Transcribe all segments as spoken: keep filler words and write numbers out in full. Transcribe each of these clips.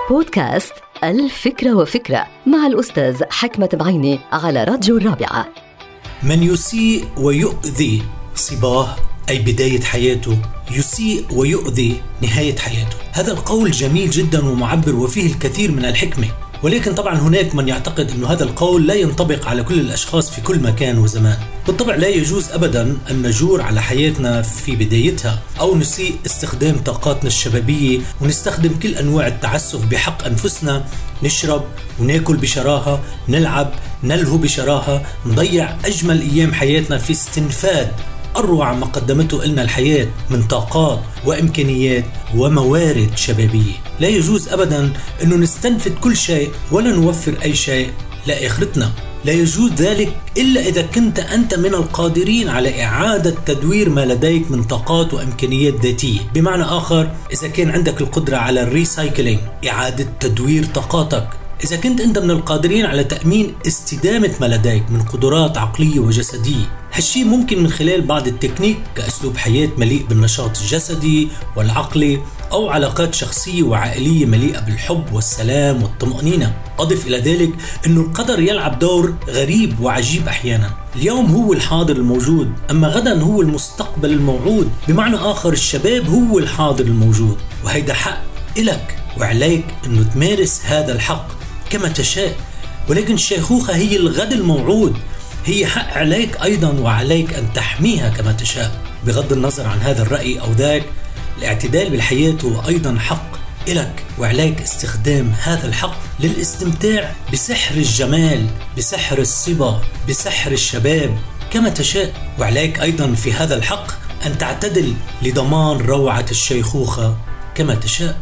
بودكاست الفكرة وفكرة مع الأستاذ حكمة بعيني على راديو الرابعة. من يسيء ويؤذي صباه أي بداية حياته، يسيء ويؤذي نهاية حياته. هذا القول جميل جدا ومعبر وفيه الكثير من الحكمة، ولكن طبعا هناك من يعتقد أن هذا القول لا ينطبق على كل الأشخاص في كل مكان وزمان. بالطبع لا يجوز أبدا أن نجور على حياتنا في بدايتها أو نسيء استخدام طاقاتنا الشبابية ونستخدم كل أنواع التعسف بحق أنفسنا، نشرب وناكل بشراهة، نلعب نلهو بشراهة، نضيع أجمل أيام حياتنا في استنفاد أروع ما قدمته لنا الحياة من طاقات وإمكانيات وموارد شبابية. لا يجوز أبدا أنه نستنفد كل شيء ولا نوفر أي شيء لآخرتنا. لا يجوز ذلك إلا إذا كنت أنت من القادرين على إعادة تدوير ما لديك من طاقات وإمكانيات ذاتية. بمعنى آخر، إذا كان عندك القدرة على الريسايكلينج، إعادة تدوير طاقاتك، إذا كنت أنت من القادرين على تأمين استدامة ما لديك من قدرات عقلية وجسدية. هالشي ممكن من خلال بعض التكنيك كأسلوب حياة مليء بالنشاط الجسدي والعقلي، أو علاقات شخصية وعائلية مليئة بالحب والسلام والطمأنينة. أضف إلى ذلك أنه القدر يلعب دور غريب وعجيب أحيانا. اليوم هو الحاضر الموجود، أما غدا هو المستقبل الموعود. بمعنى آخر، الشباب هو الحاضر الموجود، وهيدا حق إلك وعليك أنه تمارس هذا الحق كما تشاء. ولكن الشيخوخة هي الغد الموعود، هي حق عليك أيضا، وعليك أن تحميها كما تشاء. بغض النظر عن هذا الرأي أو ذاك، الاعتدال بالحياة هو أيضا حق إلك، وعليك استخدام هذا الحق للاستمتاع بسحر الجمال، بسحر الصبا، بسحر الشباب كما تشاء. وعليك أيضا في هذا الحق أن تعتدل لضمان روعة الشيخوخة كما تشاء.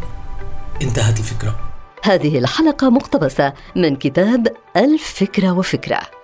انتهت الفكرة. هذه الحلقة مقتبسة من كتاب الفكرة وفكرة.